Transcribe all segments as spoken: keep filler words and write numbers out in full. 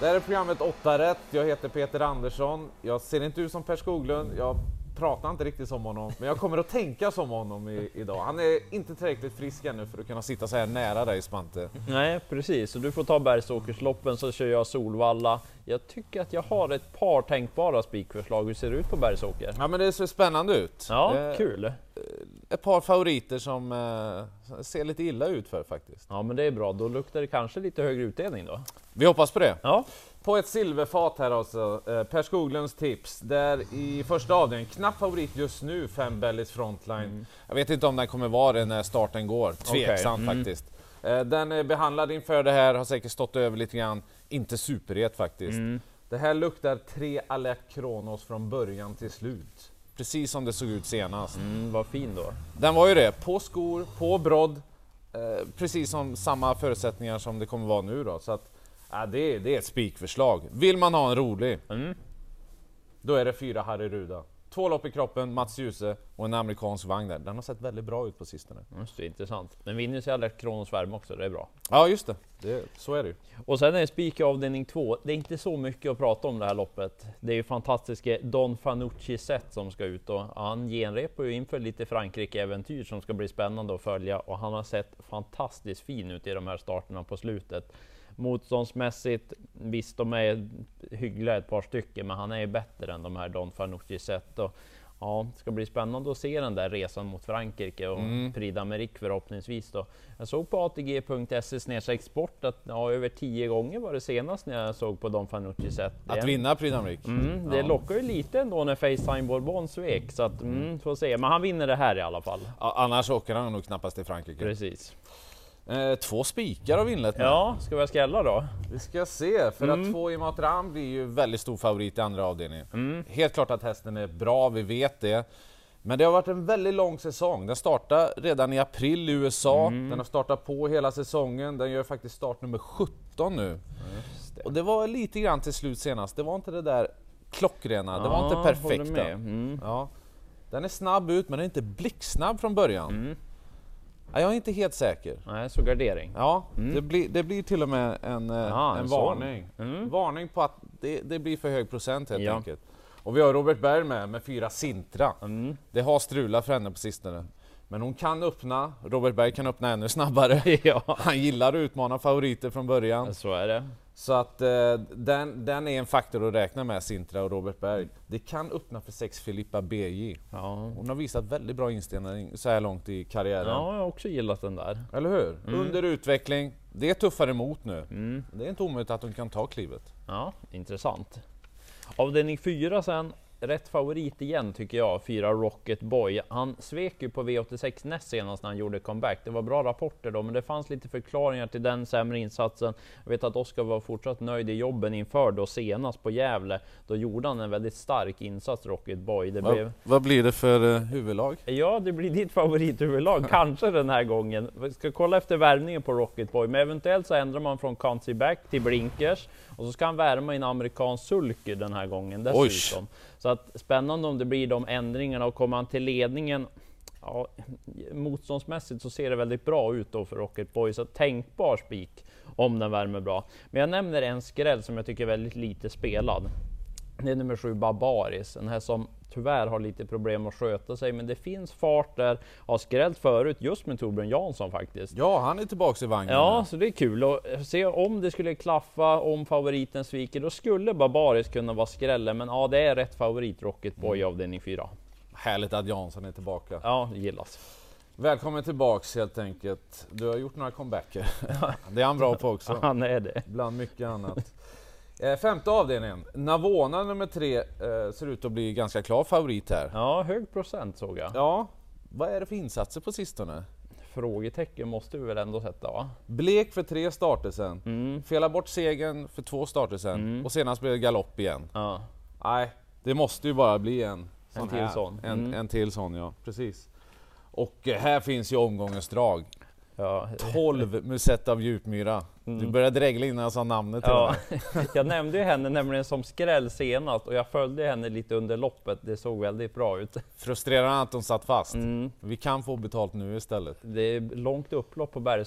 Det här är programmet åtta rätt. Jag heter Peter Andersson. Jag ser inte ut som Per Skoglund. Jag pratar inte riktigt som honom. Men jag kommer att tänka som honom i, idag. Han är inte tillräckligt frisk ännu för att kunna sitta så här nära dig, Spante. Nej, precis. Så du får ta Bergsåkersloppen, så kör jag Solvalla. Jag tycker att jag har ett par tänkbara spikförslag. Hur ser det ut på Bergsåker? Ja, men det ser spännande ut. Ja, det, kul. Ett par favoriter som eh, ser lite illa ut för faktiskt. Ja, men det är bra. Då luktar det kanske lite högre utdelning då. Vi hoppas på det. Ja. På ett silverfat här alltså, eh, Per Skoglunds tips. Där i första avdelningen, knapp favorit just nu, fem Bellis Frontline. Mm. Jag vet inte om den kommer vara det när starten går. Tveksamt okay. mm. faktiskt. Eh, den är behandlad inför det här, har säkert stått över lite grann. Inte superhet faktiskt. Mm. Det här luktar tre Alert Kronos från början till slut. Precis som det såg ut senast. Mm, vad fin då. Den var ju det, på skor, på brodd. Eh, precis som samma förutsättningar som det kommer vara nu då. Så att, ja, det, är, det är ett spikförslag. Vill man ha en rolig, mm. då är det fyra Harry Ruda. Två lopp i kroppen, Mats Djuse och en amerikansk vagn där. Den har sett väldigt bra ut på sistone. Just det, intressant. Men vinner sig Alert Kronos värme också, det är bra. Ja, just det. det så är det ju. Och sen är det spik i avdelning två. Det är inte så mycket att prata om det här loppet. Det är ju fantastiska Don Fanucci set som ska ut. Och han genrepar ju inför lite Frankrike-äventyr som ska bli spännande att följa. Och han har sett fantastiskt fin ut i de här starterna på slutet. Motståndsmässigt, visst de är hyggliga ett par stycken, men han är ju bättre än de här Don Fanucci set. Och ja, det ska bli spännande att se den där resan mot Frankrike och mm. Prix d'Amérique förhoppningsvis då. Jag såg på A T G punkt se snedstreck export att ja, över tio gånger var det senast när jag såg på Don Fanucci set. Att vinna Prix d'Amérique. Mm, det ja. lockar ju lite ändå när Facetime Bourbon svek, så att mm, får se. Men han vinner det här i alla fall. Ja, annars åker han nog knappast till Frankrike. Precis. Eh, två spikar har vi inlett med. Ja, ska vi skrälla då? Vi ska se, för mm. att två i Matram blir ju väldigt stor favorit i andra avdelningen. Mm. Helt klart att hästen är bra, vi vet det. Men det har varit en väldigt lång säsong. Den startade redan i april i U S A. Mm. Den har startat på hela säsongen. Den gör faktiskt start nummer sjutton nu. Det. Och det var lite grann till slut senast. Det var inte det där klockrena, det ja, var inte perfekta. Mm. Ja. Den är snabb ut, men den är inte blicksnabb från början. Mm. Jag är inte helt säker. Nej, så gardering. Ja, mm. det, blir, det blir till och med en, Aha, en, en varning. Mm. Varning på att det, det blir för hög procent helt ja. enkelt. Och vi har Robert Berg med, med fyra Sintra. Mm. Det har strulat för henne på sistone. Men hon kan öppna, Robert Berg kan öppna ännu snabbare. ja. Han gillar att utmana favoriter från början. Så är det. Så att eh, den, den är en faktor att räkna med, Sintra och Robert Berg. Det kan öppna för sex Filippa B J. Ja. Hon har visat väldigt bra inställning så här långt i karriären. Ja, jag har också gillat den där. Eller hur? Mm. Under utveckling. Det är tuffare mot nu. Mm. Det är inte omöjligt att hon kan ta klivet. Ja, intressant. Avdelning fyra sen. Rätt favorit igen tycker jag, fyra Rocket Boy. Han svek ju på V åttiosex näst senast när han gjorde comeback. Det var bra rapporter då, men det fanns lite förklaringar till den sämre insatsen. Jag vet att Oskar var fortsatt nöjd i jobben inför då senast på Gävle. Då gjorde han en väldigt stark insats, Rocket Boy. Det Va, blev... Vad blir det för uh, huvudlag? Ja, det blir ditt favorithuvudlag, kanske den här gången. Vi ska kolla efter värmningen på Rocket Boy, men eventuellt så ändrar man från country back till blinkers. Och så ska han värma i en amerikansk sulky den här gången dessutom. Oj. Så att spännande om det blir de ändringarna, och kommer han till ledningen, ja, motståndsmässigt så ser det väldigt bra ut då för Rocket Boy, så tänkbar spik om den värmer bra. Men jag nämner en skräll som jag tycker är väldigt lite spelad. Det är nummer sju Barbaris, den här som tyvärr har lite problem att sköta sig, men det finns fart där, har skrällt förut just med Torbjörn Jansson faktiskt. Ja, han är tillbaka i vagnen. Ja, så det är kul att se om det skulle klaffa, om favoriten sviker, då skulle Barbaris kunna vara skrällen, men ja, det är rätt favorit Rocket Boy mm. avdelning fyra. Härligt att Jansson är tillbaka. Ja, det gillas. Välkommen tillbaks helt enkelt. Du har gjort några comebacker. Det är han bra på också. Han är det. Bland mycket annat. Eh, femte avdelningen. Navona nummer tre eh, ser ut att bli ganska klar favorit här. Ja, hög procent såg jag. Ja, vad är det för insatser på sistone? Frågetecken måste vi väl ändå sätta, va? Blek för tre starter sen. Mm. Fela bort segern för två starter sen. Mm. Och senast blev det galopp igen. Ja. Nej, det måste ju bara bli en sån en till här. sån. En, mm. en till sån, ja. Precis. Och eh, här finns ju omgångens drag. Ja. tolv Musetta av Djupmyra. Mm. Du började dregla innan jag sa namnet till ja. Jag nämnde ju henne nämligen som skräll senast, och jag följde henne lite under loppet. Det såg väldigt bra ut. Frustrerande att de satt fast. Mm. Vi kan få betalt nu istället. Det är långt upplopp på Bergsåker.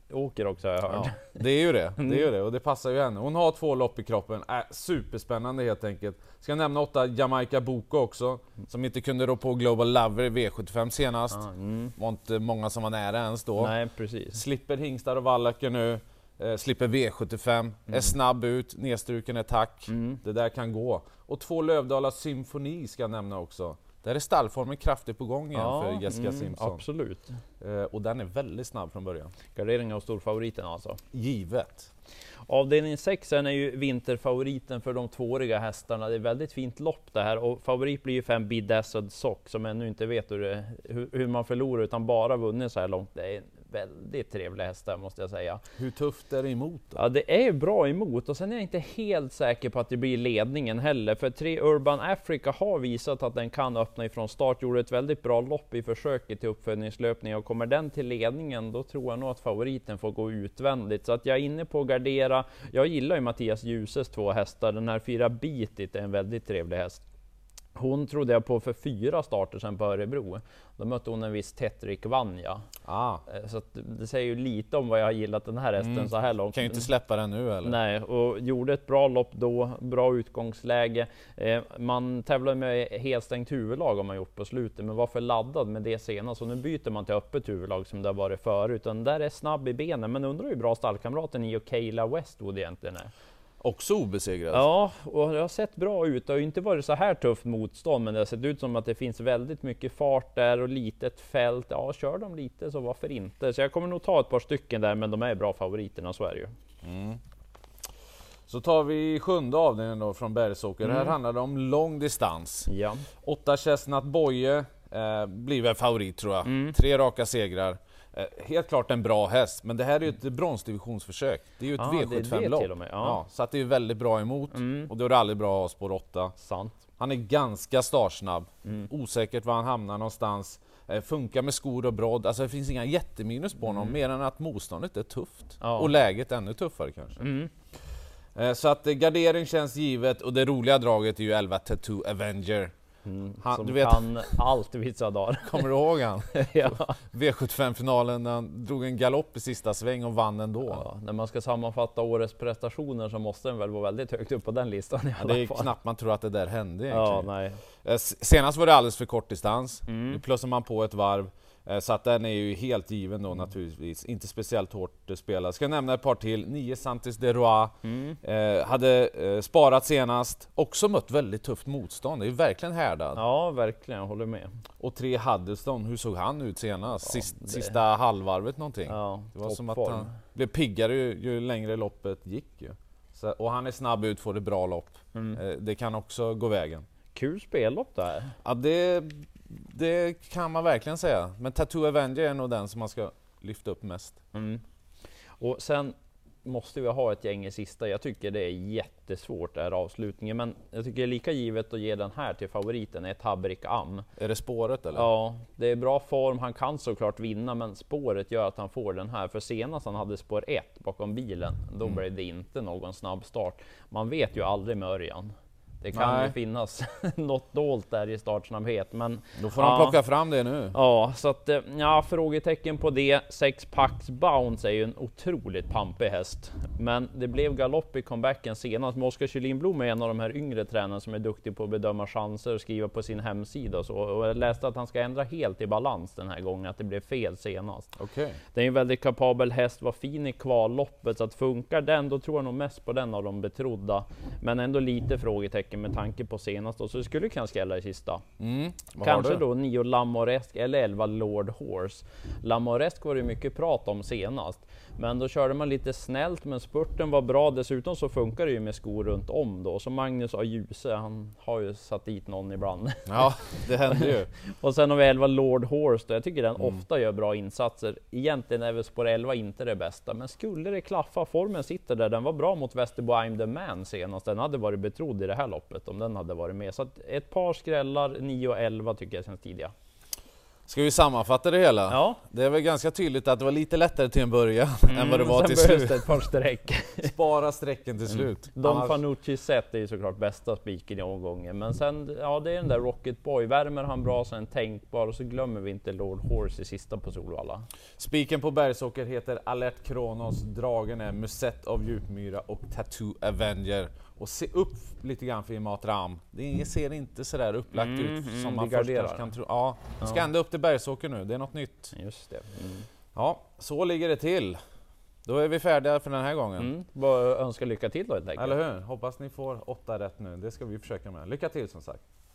åker också, har jag hört. Ja, det är ju det, det är ju det och det passar ju henne. Hon har två lopp i kroppen, är superspännande helt enkelt. Ska nämna åtta Jamaica Boko också, som inte kunde rå på Global Lover i V sjuttiofem senast. Ah, mm. Var inte många som var nära ens då. Nej, precis. Slipper hingstar och vallacker nu, eh, slipper V sjuttiofem, mm. är snabb ut, nedstruken är tack. Mm. Det där kan gå. Och två Lövdala Symfoni ska jag nämna också. Där är stallformen kraftigt på gång igen ja, för Jessica mm, Simpson. Absolut. Eh, och den är väldigt snabb från början. Garderingen av storfavoriten alltså. Givet. Avdelning sex är ju vinterfavoriten för de tvååriga hästarna. Det är väldigt fint lopp det här och favorit blir ju fem Bedazzled Sock som ännu inte vet hur, det, hur, hur man förlorar utan bara vunnit så här långt. Det är väldigt trevliga hästar måste jag säga. Hur tufft är det emot då? Ja, det är bra emot och sen är jag inte helt säker på att det blir ledningen heller. För tre Urban Africa har visat att den kan öppna ifrån start. Gjorde ett väldigt bra lopp i försöket till uppföljningslöpning och kommer den till ledningen då tror jag nog att favoriten får gå utvändigt. Så att jag är inne på att gardera. Jag gillar ju Mattias Ljuses två hästar. Den här fyra Beat är en väldigt trevlig häst. Hon trodde jag på för fyra starter sedan på Örebro. Då mötte hon en viss Tetrick Vanja. Ah. Så att det säger ju lite om vad jag har gillat den här hästen mm. så här långt. Kan ju inte släppa den nu eller? Nej, och gjorde ett bra lopp då, bra utgångsläge. Eh, man tävlar med helt stängt huvudlag om man gjort på slutet, men var för laddad med det senast. Så nu byter man till öppet huvudlag som det har varit förut. Den där är snabb i benen, men undrar hur bra stallkamraten i och Kayla Westwood egentligen är. Också obesegrad. Ja, och det har sett bra ut. Det har ju inte varit så här tufft motstånd, men det har sett ut som att det finns väldigt mycket fart där och litet fält. Ja, kör de lite så varför inte? Så jag kommer nog ta ett par stycken där, men de är bra favoriterna, så är det ju. Mm. Så tar vi sjunde avdelningen då från Bergsåker. Mm. Här handlar det om lång distans. Ja. Åtta Chestnut Boye eh, blir väl favorit tror jag. Mm. Tre raka segrar. Eh, helt klart en bra häst, men det här är ju ett bronsdivisionsförsök. Det är ju ett ah, V sjuttiofem-lopp. Ja. Ja, så att det är väldigt bra emot. Mm. Och då är det aldrig bra att ha spår åtta. Sant. Han är ganska startsnabb. Mm. Osäkert var han hamnar någonstans. Eh, funkar med skor och brodd. Alltså det finns inga jätteminus på honom, mm. mer än att motståndet är tufft. Ja. Och läget ännu tuffare kanske. Mm. Eh, så att eh, gardering känns givet. Och det roliga draget är ju elva Tattoo Avenger. Mm, han, som du vet, kan allt vissa dagar. Kommer du ihåg han? Ja. V sjuttiofem-finalen när han drog en galopp i sista sväng och vann ändå. Ja, när man ska sammanfatta årets prestationer så måste den väl vara väldigt högt upp på den listan. I ja, det är fall. Knappt man tror att det där hände egentligen. Ja, nej. Senast var det alldeles för kort distans. Mm. Nu plussar man på ett varv. Så att den är ju helt given då naturligtvis. Inte speciellt hårt spelad. Ska nämna ett par till. Nio Santis de Roy. Mm. Eh, hade eh, sparat senast. Också mött väldigt tufft motstånd. Det är ju verkligen härdad. Ja, verkligen. Jag håller med. Och tre Huddleston. Hur såg han ut senast? Ja, Sist, det... Sista halvvarvet någonting. Ja, det var som att han blev piggare ju, ju längre loppet gick ju. Så, och han är snabb ut, får det bra lopp. Mm. Eh, det kan också gå vägen. Kul spellopp där. Ja, det... Det kan man verkligen säga. Men Tattoo Avenger är nog den som man ska lyfta upp mest. Mm. Och sen måste vi ha ett gäng i sista. Jag tycker det är jättesvårt det här avslutningen. Men jag tycker det är lika givet att ge den här till favoriten. Ett Habrik Am. Är det spåret eller? Ja, det är bra form. Han kan såklart vinna, men spåret gör att han får den här. För senast han hade spår ett bakom bilen, då mm. blev det inte någon snabb start. Man vet ju aldrig med Örjan. Det kan Nej. ju finnas något dolt där i startsnabbhet, men då får de ja, plocka fram det nu. Ja, så att ja, frågetecken på det. Sex Pax Bounce är ju en otroligt pampig häst, men det blev galopp i comebacken senast. Men Oskar Kyllinblom är en av de här yngre tränarna som är duktig på att bedöma chanser och skriva på sin hemsida och så. Och jag läste att han ska ändra helt i balans den här gången, att det blev fel senast. Okay. Det är en väldigt kapabel häst, var fin i kvalloppet, så att funkar den, då tror jag nog mest på den av de betrodda. Men ändå lite frågetecken med tanke på senast, och så skulle det kanske gälla i sista. Mm, kanske då nio Lamoresk eller elva Lord Horse. Lamoresk var det mycket prat om senast, men då körde man lite snällt, men spurten var bra. Dessutom så funkar det ju med skor runt om då. Så Magnus A. Djuse, han har ju satt dit någon ibland. Ja, det händer ju. Och sen har vi elva Lord Horse då. Jag tycker den mm. ofta gör bra insatser. Egentligen är väl spår elva inte det bästa, men skulle det klaffa, formen sitter där. Den var bra mot Västerbo I'm the Man senast. Den hade varit betrodd i det här loppet om den hade varit med. Så att ett par skrällar, nio och elva tycker jag känns tidiga. Ska vi sammanfatta det hela? Ja. Det är väl ganska tydligt att det var lite lättare till en början mm, än vad det var till slut. Ett par streck. Spara strecken till slut. Mm. Don Fanucci set är ju såklart bästa spiken i omgången. Men sen, ja det är den där Rocket Boy. Värmer han bra så är en tänkbar. Och så glömmer vi inte Lord Horse i sista på Solvalla. Spiken på Bergsåker heter Alert Kronos. Dragen är Musett av Djupmyra och Tattoo Avenger. Och se upp lite grann för Imatram. Det ser inte så där upplagt mm, ut som mm, man först kan tro. Ja, ja. Ska ända upp till Bergsåker nu. Det är något nytt. Just det. Mm. Ja, så ligger det till. Då är vi färdiga för den här gången. Mm. Bara önska lycka till då helt enkelt. Eller hur? Hoppas ni får åtta rätt nu. Det ska vi försöka med. Lycka till som sagt.